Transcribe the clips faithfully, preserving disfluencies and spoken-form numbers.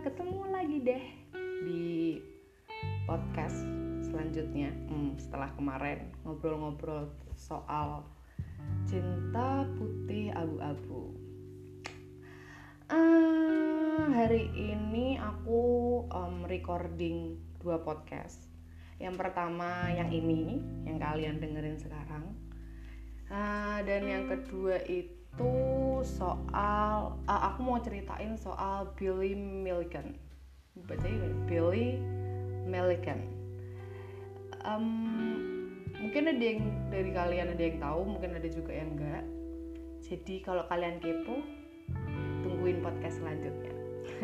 ketemu lagi deh di podcast selanjutnya. Hmm, setelah kemarin ngobrol-ngobrol soal cinta putih abu-abu. Uh, hari ini aku um, recording dua podcast. Yang pertama yang ini, yang kalian dengerin sekarang. Uh, dan yang kedua itu soal uh, aku mau ceritain soal Billy Milligan. Bacanya Billy Milligan. Um, mungkin ada yang dari kalian ada yang tahu, mungkin ada juga yang enggak. Jadi kalau kalian kepo, tungguin podcast selanjutnya.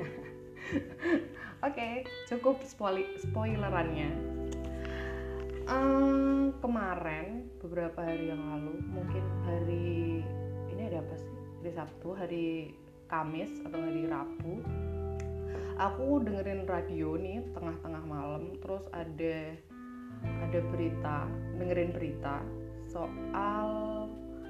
Oke, okay, cukup spoil- spoilerannya. Um, kemarin beberapa hari yang lalu, mungkin hari ini ada apa sih? Hari Sabtu, hari Kamis atau hari Rabu, aku dengerin radio nih tengah-tengah malam, terus ada ada berita, dengerin berita soal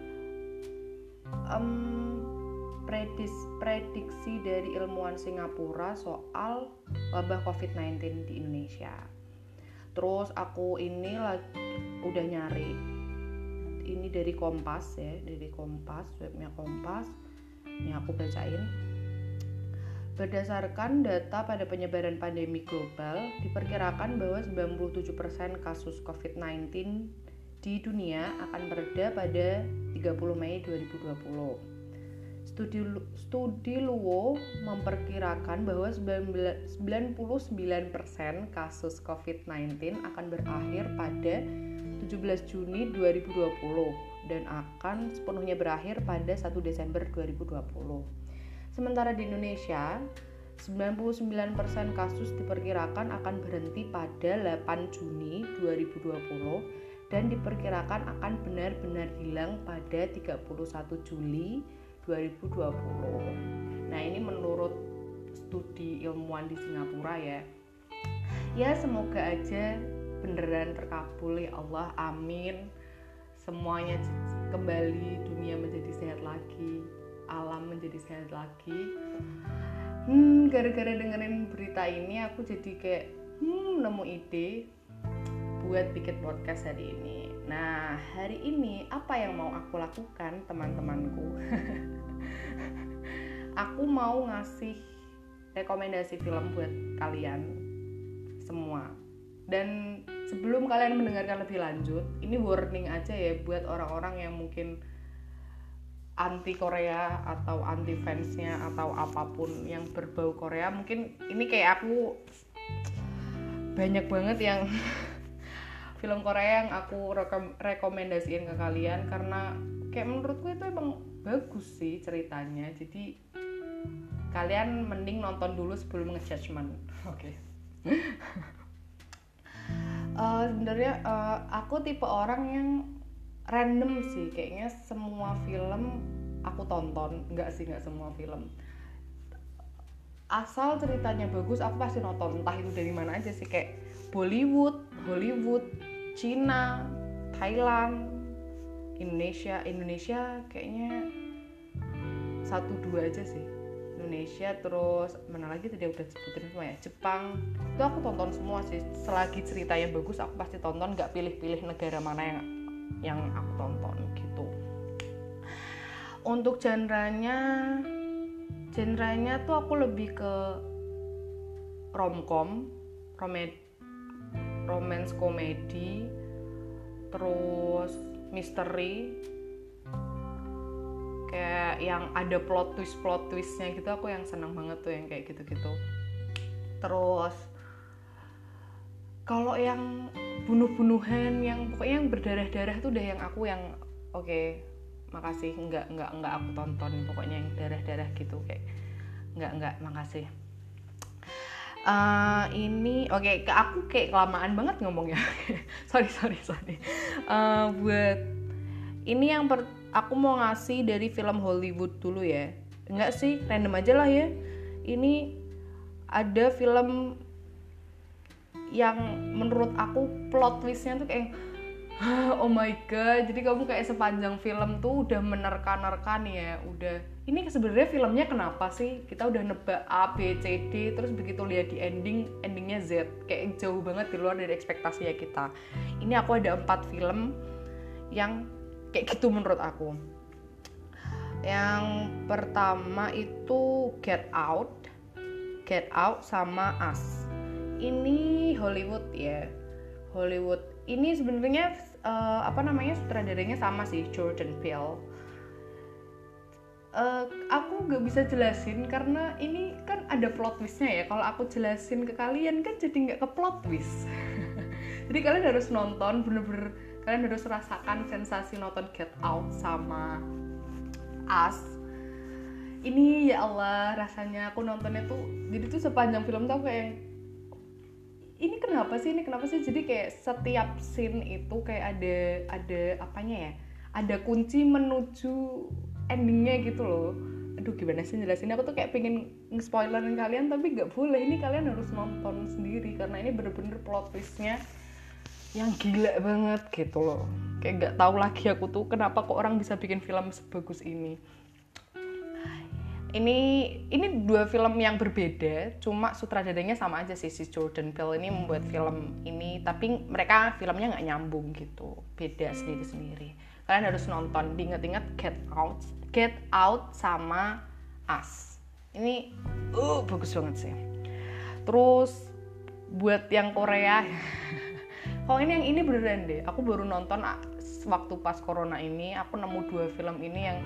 um, predis, prediksi dari ilmuwan Singapura soal wabah covid sembilan belas di Indonesia. Terus aku ini lagi udah nyari ini dari Kompas ya, dari Kompas, webnya Kompas. Ini aku bacain. Berdasarkan data pada penyebaran pandemi global, diperkirakan bahwa sembilan puluh tujuh persen kasus covid sembilan belas di dunia akan mereda pada tiga puluh Mei dua ribu dua puluh. Studi, studi Luo memperkirakan bahwa sembilan puluh sembilan persen kasus covid sembilan belas akan berakhir pada tujuh belas Juni dua ribu dua puluh dan akan sepenuhnya berakhir pada satu Desember dua ribu dua puluh. Sementara di Indonesia, sembilan puluh sembilan persen kasus diperkirakan akan berhenti pada delapan Juni dua ribu dua puluh dan diperkirakan akan benar-benar hilang pada tiga puluh satu Juli dua ribu dua puluh. Nah, ini menurut studi ilmuwan di Singapura ya. Ya, semoga aja beneran terkabul ya Allah, amin. Semuanya kembali, dunia menjadi sehat lagi, alam menjadi sehat lagi. Hmm, gara-gara dengerin berita ini aku jadi kayak hmm, nemu ide buat bikin podcast hari ini. Nah, hari ini apa yang mau aku lakukan, teman-temanku? Aku mau ngasih rekomendasi film buat kalian semua. Dan sebelum kalian mendengarkan lebih lanjut, ini warning aja ya buat orang-orang yang mungkin anti Korea atau anti fansnya atau apapun yang berbau Korea. Mungkin ini kayak aku banyak banget yang film Korea yang aku rekom- rekomendasiin ke kalian karena kayak menurutku itu emang bagus sih ceritanya. Jadi kalian mending nonton dulu sebelum nge-judgment. Oke. Okay. uh, sebenarnya uh, aku tipe orang yang random sih, kayaknya semua film aku tonton. Enggak sih, enggak semua film. Asal ceritanya bagus, aku pasti nonton. Entah itu dari mana aja sih, kayak Bollywood, Hollywood, Cina, Thailand, Indonesia. Indonesia kayaknya satu dua aja sih. Indonesia, terus mana lagi tadi udah sebutin semua ya. Jepang, itu aku tonton semua sih. Selagi ceritanya bagus, aku pasti tonton. Gak pilih-pilih negara mana yang yang aku tonton gitu. Untuk genrenya, genrenya tuh aku lebih ke romcom, romed romance komedi, terus misteri, kayak yang ada plot twist plot twistnya gitu. Aku yang seneng banget tuh yang kayak gitu-gitu. Terus kalau yang bunuh-bunuhan, yang pokoknya yang berdarah-darah tuh udah yang aku yang oke, okay, makasih, enggak enggak enggak aku tonton. Pokoknya yang darah-darah gitu kayak enggak enggak makasih. Uh, ini oke, okay, aku kayak kelamaan banget ngomongnya. sorry sorry sorry. Uh, buat ini yang per, aku mau ngasih dari film Hollywood dulu ya. Enggak sih, random aja lah ya. Ini ada film yang menurut aku plot twistnya tuh kayak Oh my god, jadi kamu kayak sepanjang film tuh udah menerka-nerka nih ya, udah ini sebenarnya filmnya kenapa sih, kita udah nebak A, B, C, D, terus begitu lihat di ending, endingnya Z, kayak jauh banget di luar dari ekspektasi ya kita. Ini aku ada empat film yang kayak gitu menurut aku. Yang pertama itu Get Out, Get Out sama Us. Ini Hollywood ya, Hollywood. Ini sebenarnya uh, apa namanya sutradaranya sama sih, Jordan Peele. Uh, aku nggak bisa jelasin karena ini kan ada plot twistnya ya. Kalau aku jelasin ke kalian kan jadi nggak ke plot twist. Jadi kalian harus nonton, bener-bener kalian harus rasakan sensasi nonton Get Out sama Us. Ini ya Allah, rasanya aku nontonnya tuh, jadi tuh sepanjang film tuh aku kayak, ini kenapa sih, ini kenapa sih, jadi kayak setiap scene itu kayak ada ada apanya ya, ada kunci menuju endingnya gitu loh. Aduh gimana sih jelasinnya, aku tuh kayak pengen nge-spoilerin kalian tapi gak boleh, ini kalian harus nonton sendiri karena ini bener-bener plot twistnya yang gila banget gitu loh. Kayak gak tahu lagi aku tuh kenapa kok orang bisa bikin film sebagus ini. Ini ini dua film yang berbeda, cuma sutradaranya sama aja sih, si Jordan Peele ini membuat film ini, tapi mereka filmnya nggak nyambung gitu, beda sendiri-sendiri. Kalian harus nonton, diingat-ingat Get Out, Get Out sama Us. Ini uh bagus banget sih. Terus buat yang Korea, kalau ini yang ini beneran deh, aku baru nonton waktu pas corona ini, aku nemu dua film ini yang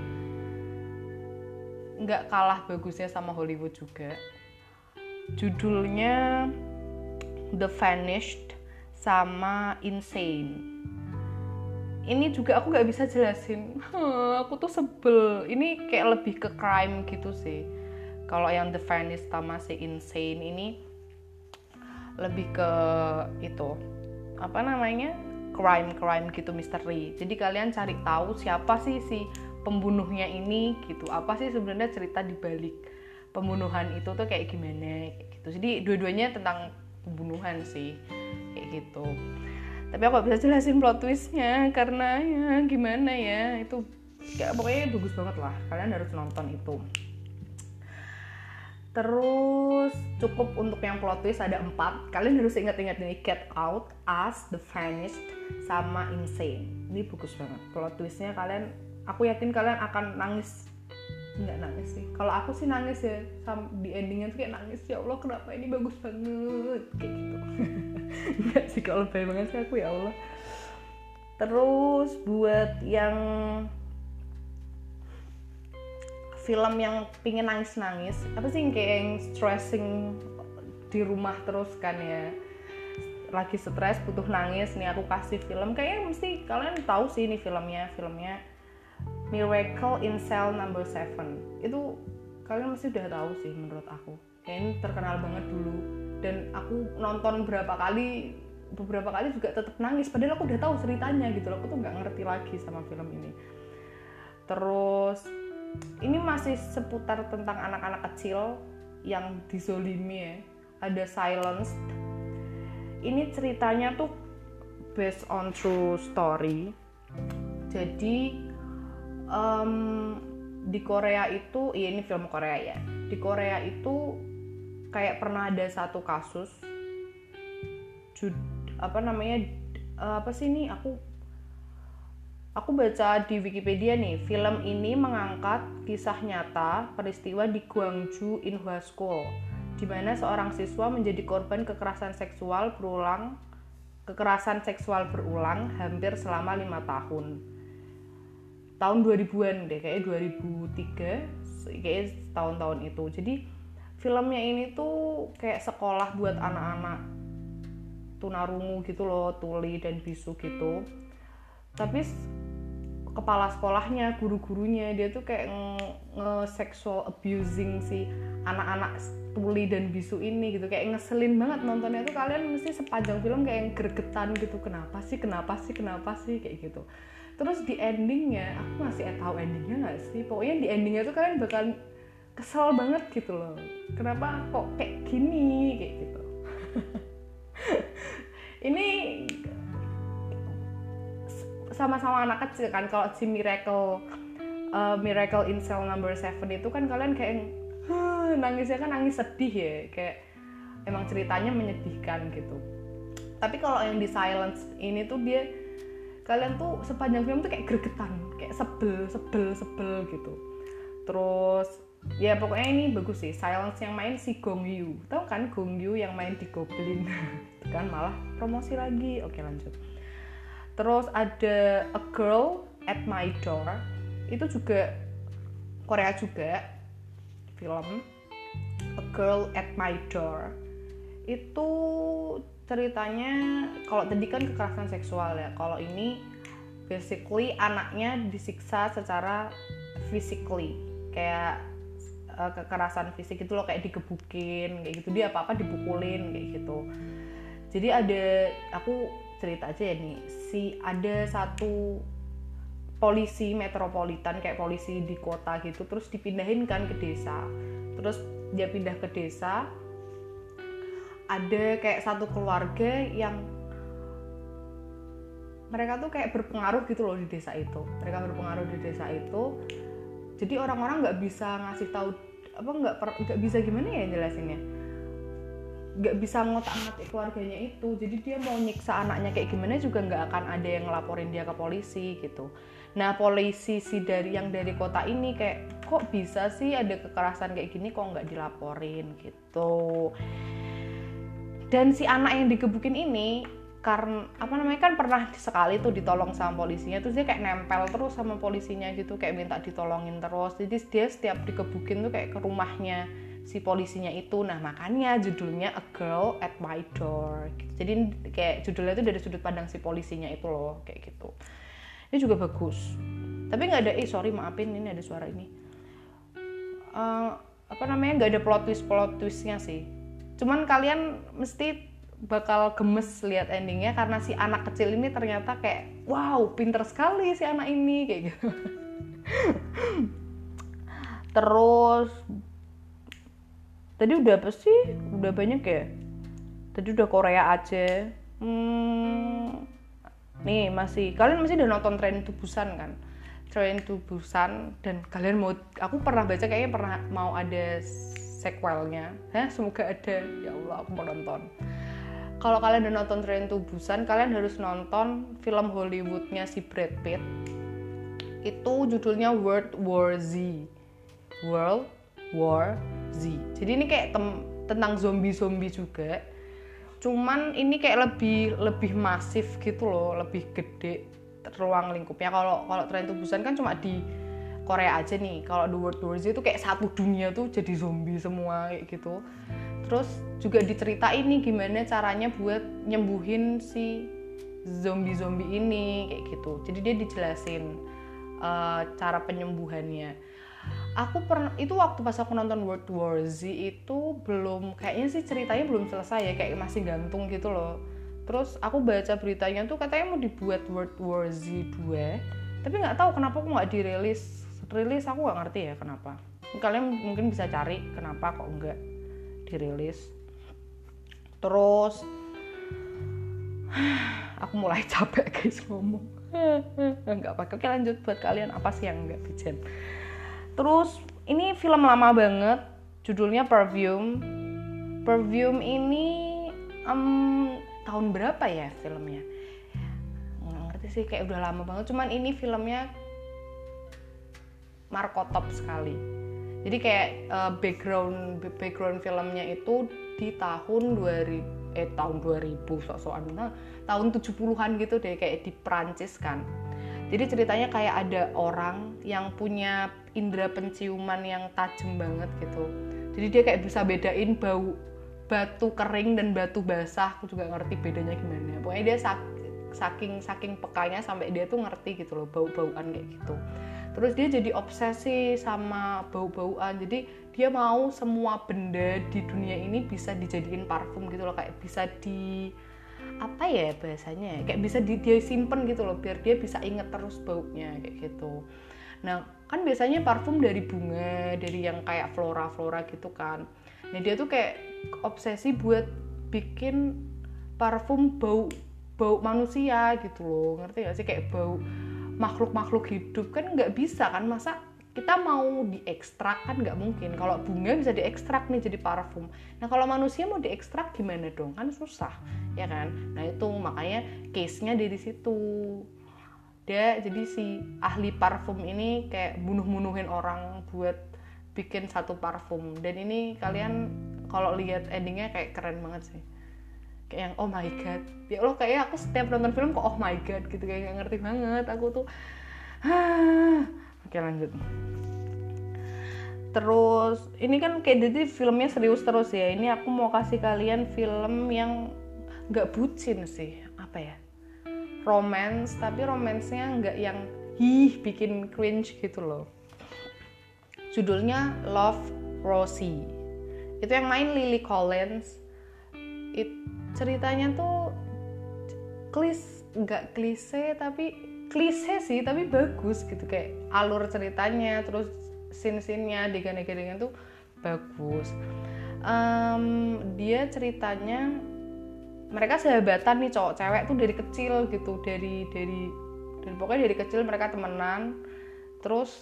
nggak kalah bagusnya sama Hollywood juga. Judulnya The Vanished sama Insane. Ini juga aku nggak bisa jelasin. Huh, aku tuh sebel. Ini kayak lebih ke crime gitu sih. Kalau yang The Vanished sama si Insane ini lebih ke itu apa namanya, crime crime gitu, misteri. Jadi kalian cari tahu siapa sih si pembunuhnya ini gitu, apa sih sebenarnya cerita di balik pembunuhan itu tuh kayak gimana kayak gitu. Jadi dua-duanya tentang pembunuhan sih kayak gitu, tapi aku gak bisa jelasin plot twistnya karena ya gimana ya, itu kayak pokoknya bagus banget lah, kalian harus nonton itu. Terus cukup untuk yang plot twist ada empat, kalian harus ingat-ingat ini, Get Out, Us, The Vanished sama Insane. Ini bagus banget plot twistnya, kalian, aku yakin kalian akan nangis. Nggak nangis sih, kalau aku sih nangis ya, di endingnya tuh kayak nangis, ya Allah kenapa ini bagus banget kayak gitu. Enggak sih, kalau lebay banget sih aku, ya Allah. Terus buat yang film yang pingin nangis-nangis, apa sih kayak yang stressing di rumah terus kan ya, lagi stres butuh nangis nih, aku kasih film kayaknya mesti kalian tahu sih ini filmnya, filmnya Miracle in Cell Number seven. Itu kalian mesti udah tahu sih menurut aku. Kayak ini terkenal banget dulu dan aku nonton berapa kali, beberapa kali juga tetap nangis padahal aku udah tahu ceritanya gitu loh. Aku tuh nggak ngerti lagi sama film ini. Terus ini masih seputar tentang anak-anak kecil yang dizolimi ya. Ada Silenced. Ini ceritanya tuh based on true story. Jadi Um, di Korea itu, iya ini film Korea ya. Di Korea itu kayak pernah ada satu kasus, jud, apa namanya, uh, apa sih ini? Aku, aku baca di Wikipedia nih. Film ini mengangkat kisah nyata peristiwa di Gwangju Inhwa School, di mana seorang siswa menjadi korban kekerasan seksual berulang, kekerasan seksual berulang hampir selama lima tahun. Tahun dua ribuan deh, kayaknya dua ribu tiga, kayaknya tahun-tahun itu. Jadi filmnya ini tuh kayak sekolah buat anak-anak tunarungu gitu loh, tuli dan bisu gitu. Tapi kepala sekolahnya, guru-gurunya, dia tuh kayak nge-sexual abusing si anak-anak tuli dan bisu ini gitu. Kayak ngeselin banget nontonnya tuh, kalian mesti sepanjang film kayak gregetan gitu. Kenapa sih, kenapa sih, kenapa sih, kayak gitu. Terus di endingnya, aku masih tahu endingnya nggak sih? Pokoknya di endingnya tuh kalian bakal kesel banget gitu loh. Kenapa kok kayak gini, kayak gitu. Ini sama-sama anak kecil kan. Kalau si Miracle uh, Miracle in Cell Number Seven itu kan kalian kayak huh, nangisnya kan nangis sedih ya, kayak emang ceritanya menyedihkan gitu. Tapi kalau yang di Silence ini tuh dia kalian tuh sepanjang film tuh kayak gregetan, kayak sebel sebel sebel gitu. Terus ya pokoknya ini bagus sih. Silence yang main si Gong Yoo, tahu kan Gong Yoo yang main di Goblin. Kan malah promosi lagi. Oke lanjut. Terus ada A Girl at My Door, itu juga Korea juga film. A Girl at My Door itu ceritanya, kalau tadi kan kekerasan seksual ya, kalau ini basically anaknya disiksa secara physically, kayak uh, kekerasan fisik itu loh, kayak digebukin kayak gitu, dia apa-apa dipukulin kayak gitu. Jadi ada, aku cerita aja ya nih, si ada satu polisi metropolitan kayak polisi di kota gitu, terus dipindahin kan ke desa. Terus dia pindah ke desa, ada kayak satu keluarga yang mereka tuh kayak berpengaruh gitu loh di desa itu. Mereka berpengaruh di desa itu. Jadi orang-orang nggak bisa ngasih tahu apa nggak nggak bisa gimana ya jelasinnya. Nggak bisa ngotak-ngatik keluarganya itu. Jadi dia mau nyiksa anaknya kayak gimana juga nggak akan ada yang ngelaporin dia ke polisi gitu. Nah polisi si dari yang dari kota ini kayak kok bisa sih ada kekerasan kayak gini kok nggak dilaporin gitu. Dan si anak yang digebukin ini karena apa namanya kan pernah sekali tuh ditolong sama polisinya, terus dia kayak nempel terus sama polisinya gitu, kayak minta ditolongin terus. Jadi dia setiap digebukin tuh kayak ke rumahnya si polisinya itu. Nah makanya judulnya A Girl at My Door gitu. Jadi kayak judulnya itu dari sudut pandang si polisinya itu loh, kayak gitu. Ini juga bagus. Tapi nggak ada, eh sorry maafin ini ada suara ini. Uh, apa namanya nggak ada plot twist plot twistnya sih. Cuman kalian mesti bakal gemes lihat endingnya karena si anak kecil ini ternyata kayak wow pinter sekali si anak ini kayak gitu. Terus tadi udah apa sih? Udah banyak ya? Tadi udah Korea aja. Hmm, nih masih kalian masih udah nonton Train to Busan kan? Train to Busan, dan kalian mau, aku pernah baca kayaknya pernah mau ada sequelnya. Hah, semoga ada. Ya Allah, aku mau nonton. Kalau kalian udah nonton Train to Busan, kalian harus nonton film Hollywoodnya si Brad Pitt. Itu judulnya World War Z. World War Z. Jadi ini kayak tem- tentang zombie-zombie juga. Cuman ini kayak lebih lebih masif gitu loh, lebih gede ruang lingkupnya. Kalau kalau Train to Busan kan cuma di Korea aja nih. Kalau The World War Z itu kayak satu dunia tuh jadi zombie semua kayak gitu. Terus juga diceritain nih gimana caranya buat nyembuhin si zombie-zombie ini kayak gitu. Jadi dia dijelasin uh, cara penyembuhannya. Aku pernah itu waktu pas aku nonton World War Z itu belum, kayaknya sih ceritanya belum selesai ya, kayak masih gantung gitu loh. Terus aku baca beritanya tuh katanya mau dibuat World War Z dua, tapi nggak tahu kenapa kok nggak dirilis. Rilis aku nggak ngerti ya kenapa. Kalian mungkin bisa cari kenapa kok nggak dirilis. Terus aku mulai capek guys ngomong. Nggak apa-apa. Oke lanjut, buat kalian apa sih yang nggak pijen. Terus ini film lama banget, judulnya Perfume. Perfume ini um, tahun berapa ya filmnya? Nggak ngerti sih, kayak udah lama banget. Cuman ini filmnya Marco top sekali. Jadi kayak uh, background background filmnya itu di tahun dua ribu eh tahun dua ribu sok-sokan nah, tahun tujuh puluhan gitu deh, kayak di Prancis kan. Jadi ceritanya kayak ada orang yang punya indera penciuman yang tajam banget gitu. Jadi dia kayak bisa bedain bau batu kering dan batu basah. Aku juga ngerti bedanya gimana. Pokoknya dia saking saking pekanya sampai dia tuh ngerti gitu loh bau-bauan kayak gitu. Terus dia jadi obsesi sama bau-bauan. Jadi dia mau semua benda di dunia ini bisa dijadiin parfum gitu loh, kayak bisa di apa ya bahasanya, kayak bisa di, dia simpen gitu loh biar dia bisa inget terus baunya kayak gitu. Nah kan biasanya parfum dari bunga, dari yang kayak flora-flora gitu kan. Nah dia tuh kayak obsesi buat bikin parfum bau bau manusia gitu loh, ngerti gak sih, kayak bau makhluk-makhluk hidup kan nggak bisa kan, masa kita mau diekstrak kan nggak mungkin. Kalau bunga bisa diekstrak nih jadi parfum, nah kalau manusia mau diekstrak gimana dong, kan susah ya kan. Nah itu makanya case-nya dari situ dia, jadi si ahli parfum ini kayak bunuh-bunuhin orang buat bikin satu parfum. Dan ini kalian kalau lihat endingnya kayak keren banget sih, kayak yang oh my god ya Allah, kayak aku setiap nonton film kok oh my god gitu, kayak nggak ngerti banget aku tuh. Oke lanjut. Terus ini kan kayak jadi filmnya serius terus ya, ini aku mau kasih kalian film yang nggak bucin sih, apa ya, romance, tapi romansnya nggak yang hih bikin cringe gitu loh. Judulnya Love, Rosie. Itu yang main Lily Collins. It, ceritanya tuh klis, nggak klise tapi klise sih, tapi bagus gitu, kayak alur ceritanya, terus scene-scene-nya, adegan-adegan tuh bagus. Um, dia ceritanya mereka sahabatan nih, cowok cewek tuh dari kecil gitu, dari dari dari pokoknya dari kecil mereka temenan, terus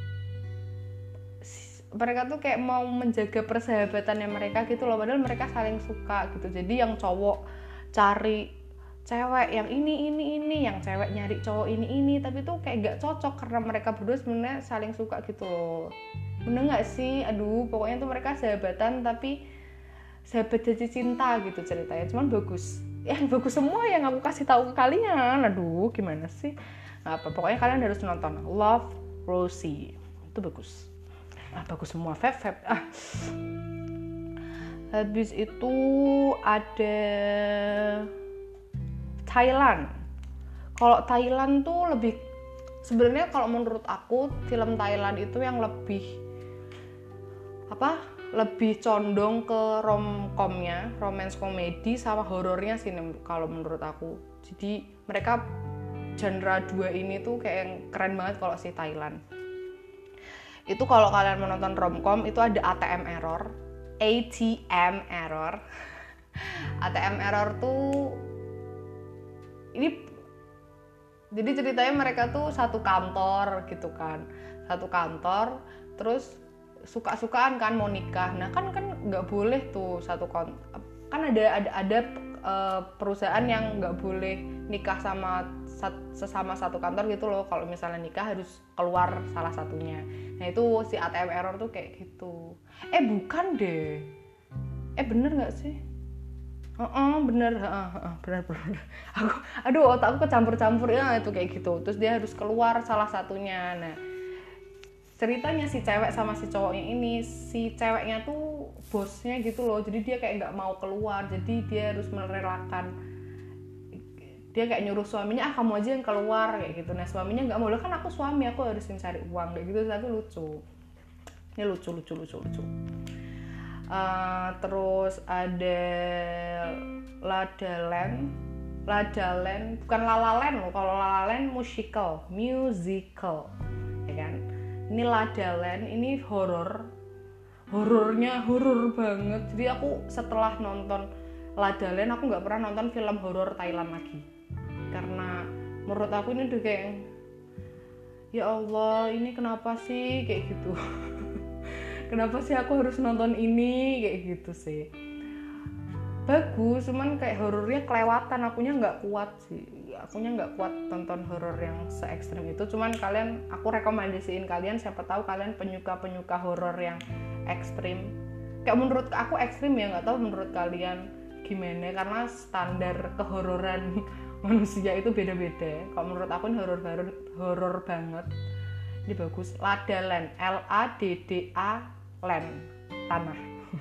mereka tuh kayak mau menjaga persahabatannya mereka gitu loh, padahal mereka saling suka gitu. Jadi yang cowok cari cewek yang ini ini ini, yang cewek nyari cowok ini ini, tapi tuh kayak gak cocok karena mereka berdua sebenarnya saling suka gitu loh. Bener nggak sih? Aduh, pokoknya tuh mereka sahabatan tapi sahabat jadi cinta gitu ceritanya. Cuman bagus, yang bagus semua yang aku kasih tahu ke kalian. Aduh, gimana sih? Nggak apa, pokoknya kalian harus nonton Love, Rosie, itu bagus. Ah, bagus semua, fab fab. Ah. Habis itu ada Thailand. Kalau Thailand tuh lebih, sebenarnya kalau menurut aku film Thailand itu yang lebih apa? Lebih condong ke romcomnya, romance komedi sama horornya sih kalau menurut aku. Jadi mereka genre dua ini tuh kayak yang keren banget kalau si Thailand. Itu kalau kalian mau nonton romcom itu ada A T M Error, A T M Error. A T M Error tuh ini, jadi ceritanya mereka tuh satu kantor gitu kan, satu kantor, terus suka-sukaan kan mau nikah. Nah kan kan nggak boleh tuh satu kon, kan ada ada ada uh, perusahaan yang nggak boleh nikah sama sat, sesama satu kantor gitu loh. Kalau misalnya nikah harus keluar salah satunya. Nah itu si A T M Error tuh kayak gitu. Eh bukan deh, eh bener nggak sih? Uh-uh, bener, uh, uh, bener bener. Aku, aduh otakku kecampur-campur ya itu kayak gitu. Terus dia harus keluar salah satunya. Nah ceritanya si cewek sama si cowoknya ini, si ceweknya tuh bosnya gitu loh. Jadi dia kayak nggak mau keluar. Jadi dia harus merelakan. Dia kayak nyuruh suaminya, ah kamu aja yang keluar kayak gitu. Nah suaminya nggak mau, kan aku suami, aku harus mencari uang kayak gitu. Tapi lucu. Ini lucu lucu lucu lucu. Uh, terus ada La La Land, La La Land bukan La La Land loh, kalau La La Land musical, musical, ya kan? Ini La La Land, ini horor, horornya horor banget. Jadi aku setelah nonton La La Land aku nggak pernah nonton film horor Thailand lagi, karena menurut aku ini udah kayak, ya Allah ini kenapa sih kayak gitu. Kenapa sih aku harus nonton ini kayak gitu sih. Bagus, cuman kayak horornya kelewatan, akunya nggak kuat sih. Akunya nggak kuat tonton horor yang se ekstrim itu. Cuman kalian, aku rekomendasiin kalian, siapa tahu kalian penyuka-penyuka horor yang ekstrim. Kayak menurut aku ekstrim ya, nggak tahu menurut kalian gimana, karena standar kehororan manusia itu beda-beda. Kalau menurut aku ini horor horor horor banget. Ini bagus. La La Land, L A D D A Land, tanah.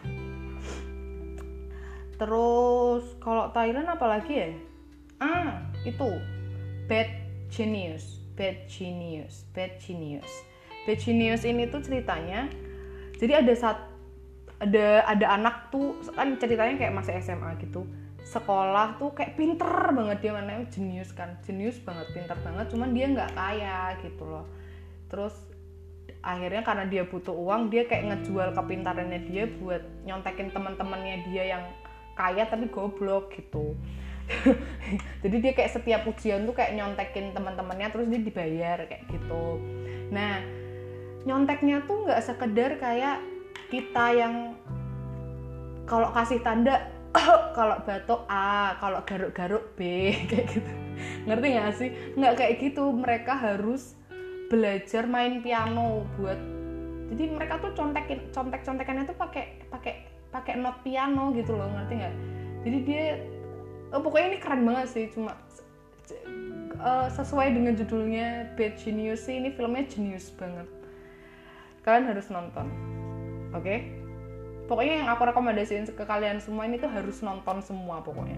Terus kalau Thailand apa lagi ya? Ah, itu Bad Genius, Bad Genius, Bad Genius. Bad Genius ini tuh ceritanya, jadi ada saat ada ada anak tuh kan ceritanya kayak masih S M A gitu. Sekolah tuh kayak pinter banget, dia namanya jenius kan, jenius banget, pinter banget, cuman dia nggak kaya gitu loh. Terus akhirnya karena dia butuh uang, dia kayak ngejual kepintarannya dia buat nyontekin teman-temannya dia yang kaya tapi goblok gitu. Jadi dia kayak setiap ujian tuh kayak nyontekin teman-temannya terus dia dibayar kayak gitu. Nah, nyonteknya tuh nggak sekedar kayak kita yang kalau kasih tanda kalau batuk A, kalau garuk-garuk B kayak gitu. Ngerti nggak sih? Nggak kayak gitu. Mereka harus belajar main piano buat. Jadi mereka tuh contekin, contek-contekannya tuh pakai pakai pakai not piano gitu loh, ngerti nggak? Jadi dia, oh, pokoknya ini keren banget sih. Cuma uh, sesuai dengan judulnya Bad Genius sih, ini filmnya jenius banget. Kalian harus nonton, oke? Okay? Pokoknya yang aku rekomendasiin ke kalian semua ini tuh harus nonton semua pokoknya.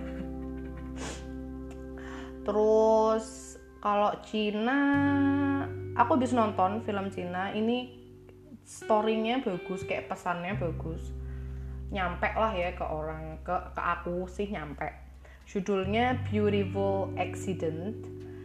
Terus kalau Cina, aku habis nonton film Cina ini, story-nya bagus, kayak pesannya bagus, nyampe lah ya ke orang, ke ke aku sih nyampe. Judulnya Beautiful Accident.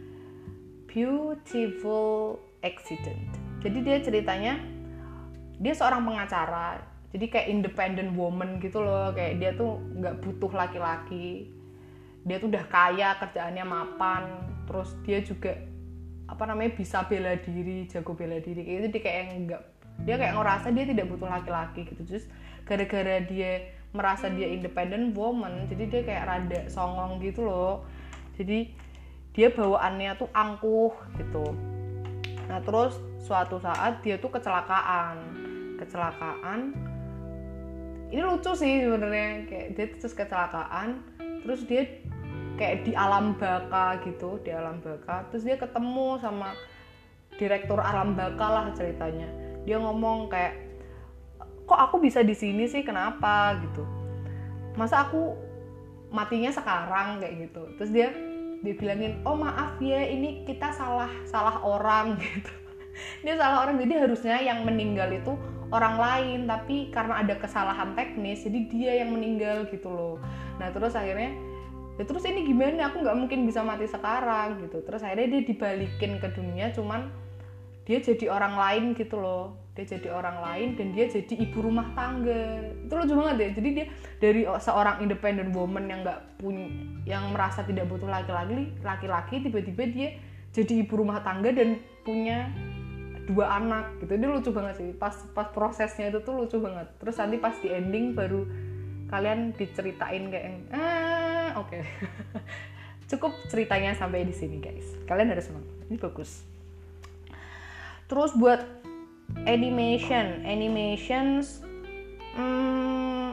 Beautiful Accident. Jadi dia ceritanya, dia seorang pengacara, jadi kayak independent woman gitu loh, kayak dia tuh nggak butuh laki-laki, dia tuh udah kaya, kerjaannya mapan, terus dia juga apa namanya bisa bela diri, jago bela diri, kayak itu dia kayak nggak, dia kayak ngerasa dia tidak butuh laki-laki gitu. Terus gara-gara dia merasa dia independent woman, jadi dia kayak rada songong gitu loh, jadi dia bawaannya tuh angkuh gitu. Nah terus suatu saat dia tuh kecelakaan, kecelakaan. Ini lucu sih sebenarnya, kayak dia terus kecelakaan, terus dia kayak di alam baka gitu, di alam baka. Terus dia ketemu sama direktur alam baka lah ceritanya. Dia ngomong kayak, kok aku bisa di sini sih, kenapa gitu? Masa aku matinya sekarang kayak gitu. Terus dia dia bilangin, oh maaf ya, ini kita salah salah orang gitu. Dia salah orang, jadi harusnya yang meninggal itu orang lain, tapi karena ada kesalahan teknis jadi dia yang meninggal gitu loh. Nah terus akhirnya ya terus ini gimana, aku nggak mungkin bisa mati sekarang gitu. Terus akhirnya dia dibalikin ke dunia, cuman dia jadi orang lain gitu loh, dia jadi orang lain dan dia jadi ibu rumah tangga. Itu lucu banget ya. Jadi dia dari seorang independent woman yang nggak punya, yang merasa tidak butuh laki-laki laki-laki tiba-tiba dia jadi ibu rumah tangga dan punya dua anak gitu. Ini lucu banget sih, pas pas prosesnya itu tuh lucu banget. Terus nanti pas di ending baru kalian diceritain kayak ah oke. Okay. Cukup ceritanya sampai di sini guys, kalian harus nonton, ini bagus. Terus buat animation animations hmm,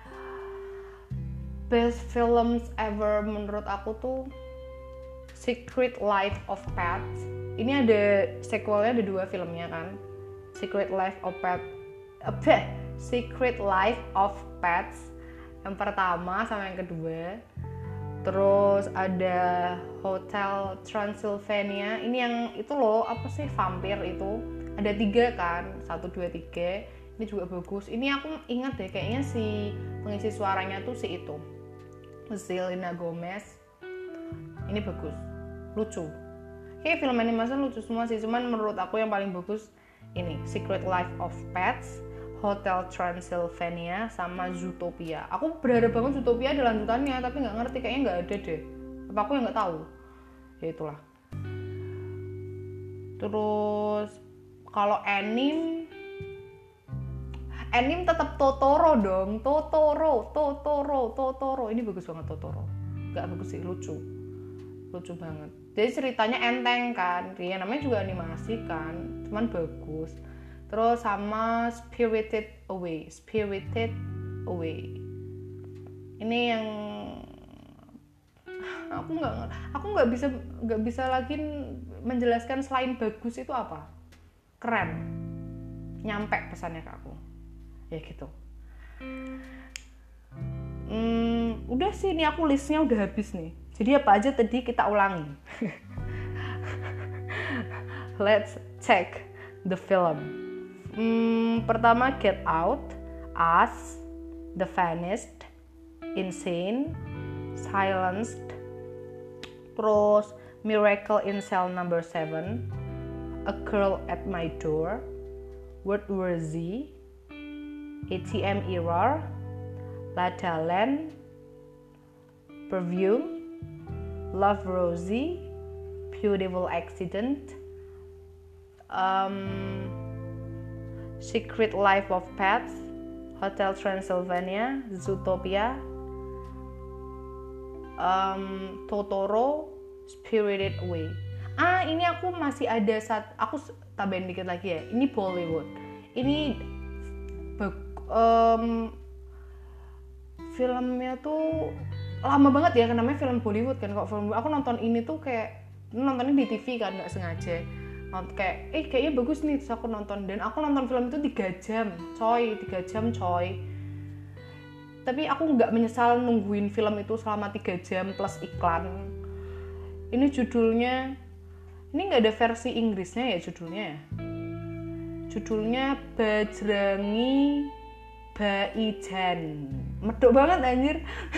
best films ever menurut aku tuh Secret Life of Pets. Ini ada sequelnya, ada dua filmnya kan, Secret Life of Pets, apa? Secret Life of Pets yang pertama sama yang kedua. Terus ada Hotel Transylvania, ini yang itu loh, apa sih, vampir itu. Ada tiga kan, satu dua tiga. Ini juga bagus. Ini aku ingat deh, kayaknya si pengisi suaranya tuh si itu, Selena Gomez. Ini bagus, lucu. Kayak film animasi lucu semua sih, cuman menurut aku yang paling bagus ini Secret Life of Pets, Hotel Transylvania, sama Zootopia. Aku berharap banget Zootopia ada lanjutannya, tapi nggak ngerti, kayaknya nggak ada deh. Apa aku yang nggak tahu? Ya itulah. Terus kalau anime, anime tetap Totoro dong, Totoro, Totoro, Totoro. Ini bagus banget Totoro. Nggak bagus sih, lucu, lucu banget. Jadi ceritanya enteng kan, dia namanya juga animasi kan, cuman bagus. Terus sama Spirited Away, Spirited Away. Ini yang aku nggak, aku nggak bisa nggak bisa lagi menjelaskan selain bagus itu apa. Keren, nyampe pesannya ke aku, ya gitu. Hmm, udah sih, ini aku listnya udah habis nih. Jadi apa aja tadi kita ulangi. Let's check the film. Hmm, pertama Get Out, Us, The Vanished, Insane, Silenced, terus Miracle in Cell Number seven, A Girl at My Door, Worthy, A T M Error, La La Land, Perfume, Love Rosie, Beautiful Accident, um, Secret Life of Pets, Hotel Transylvania, Zootopia, um, Totoro, Spirited Away. Ah, ini aku masih ada saat aku tambahin dikit lagi ya. Ini Bollywood. Ini um, filmnya tuh lama banget ya, namanya film Bollywood kan. Kok film aku nonton ini tuh kayak nontonnya di T V kan, nggak sengaja. Nonton kayak eh kayaknya bagus nih, terus aku nonton, dan aku nonton film itu tiga jam, coy, tiga jam coy. Tapi aku nggak menyesal nungguin film itu selama tiga jam plus iklan. Ini judulnya, ini nggak ada versi Inggrisnya ya judulnya ya. Judulnya Bajrangi Bhaijaan. Medok banget anjir.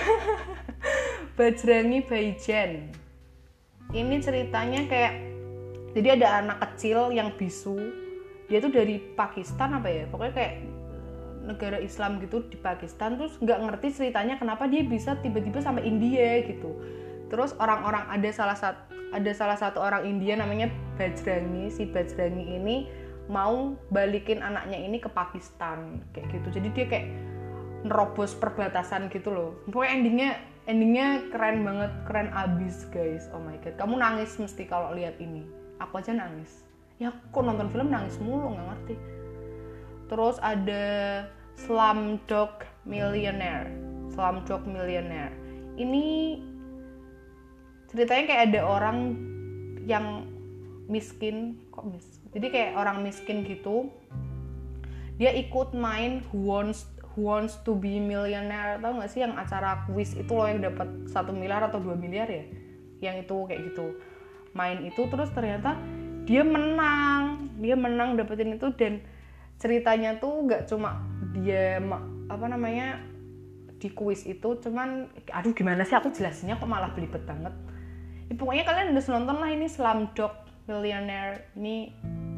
Bajrangi Bhaijaan. Ini ceritanya kayak, jadi ada anak kecil yang bisu. Dia tuh dari Pakistan apa ya? Pokoknya kayak negara Islam gitu di Pakistan, terus nggak ngerti ceritanya kenapa dia bisa tiba-tiba sampai India gitu. Terus orang-orang ada salah satu ada salah satu orang India namanya Bajrangi. Si Bajrangi ini mau balikin anaknya ini ke Pakistan kayak gitu. Jadi dia kayak nerobos perbatasan gitu loh. Pokoknya endingnya endingnya keren banget, keren abis guys. Oh my god, kamu nangis mesti kalau lihat ini. Aku aja nangis. Ya kok nonton film nangis mulu, nggak ngerti. Terus ada Slumdog Millionaire. Slumdog Millionaire. Ini ceritanya kayak ada orang yang miskin, kok miskin? Jadi kayak orang miskin gitu. Dia ikut main Who Wants Who Wants to be Millionaire, tau gak sih yang acara quiz itu loh yang dapat satu miliar atau dua miliar ya, yang itu kayak gitu. Main itu terus ternyata dia menang, dia menang dapetin itu, dan ceritanya tuh gak cuma dia apa namanya di quiz itu, cuman aduh gimana sih aku jelasinnya kok malah belibet banget. Ya, pokoknya kalian harus nonton lah ini Slumdog Millionaire, ini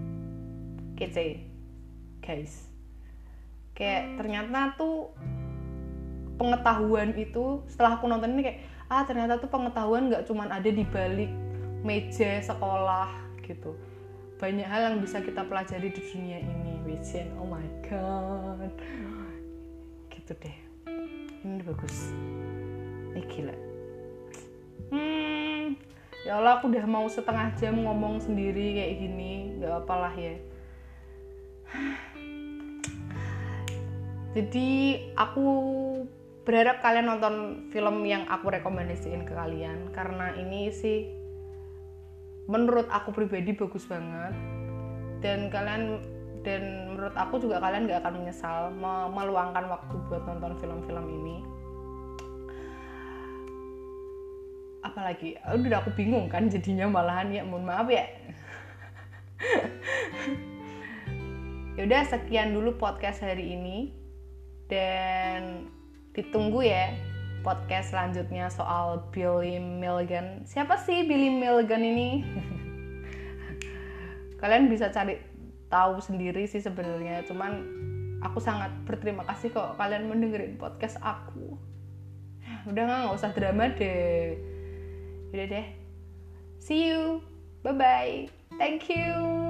kece guys. Kayak ternyata tuh pengetahuan itu, setelah aku nonton ini kayak ah ternyata tuh pengetahuan gak cuman ada di balik meja sekolah gitu. Banyak hal yang bisa kita pelajari di dunia ini, Wijen. Oh my god, gitu deh. Ini bagus, ini gila. Hmm, ya Allah, aku udah mau setengah jam ngomong sendiri kayak gini, gak apalah ya. Jadi aku berharap kalian nonton film yang aku rekomendasiin ke kalian, karena ini sih menurut aku pribadi bagus banget, dan kalian dan menurut aku juga kalian gak akan menyesal meluangkan waktu buat nonton film-film ini. Apalagi, udah aku bingung kan jadinya malahan ya, mohon maaf ya. Yaudah, sekian dulu podcast hari ini. Dan ditunggu ya podcast selanjutnya soal Billy Milligan. Siapa sih Billy Milligan ini? Kalian bisa cari tahu sendiri sih sebenarnya. Cuman aku sangat berterima kasih kok kalian mendengarin podcast aku. Udah nggak usah drama deh. Udah deh. See you. Bye bye. Thank you.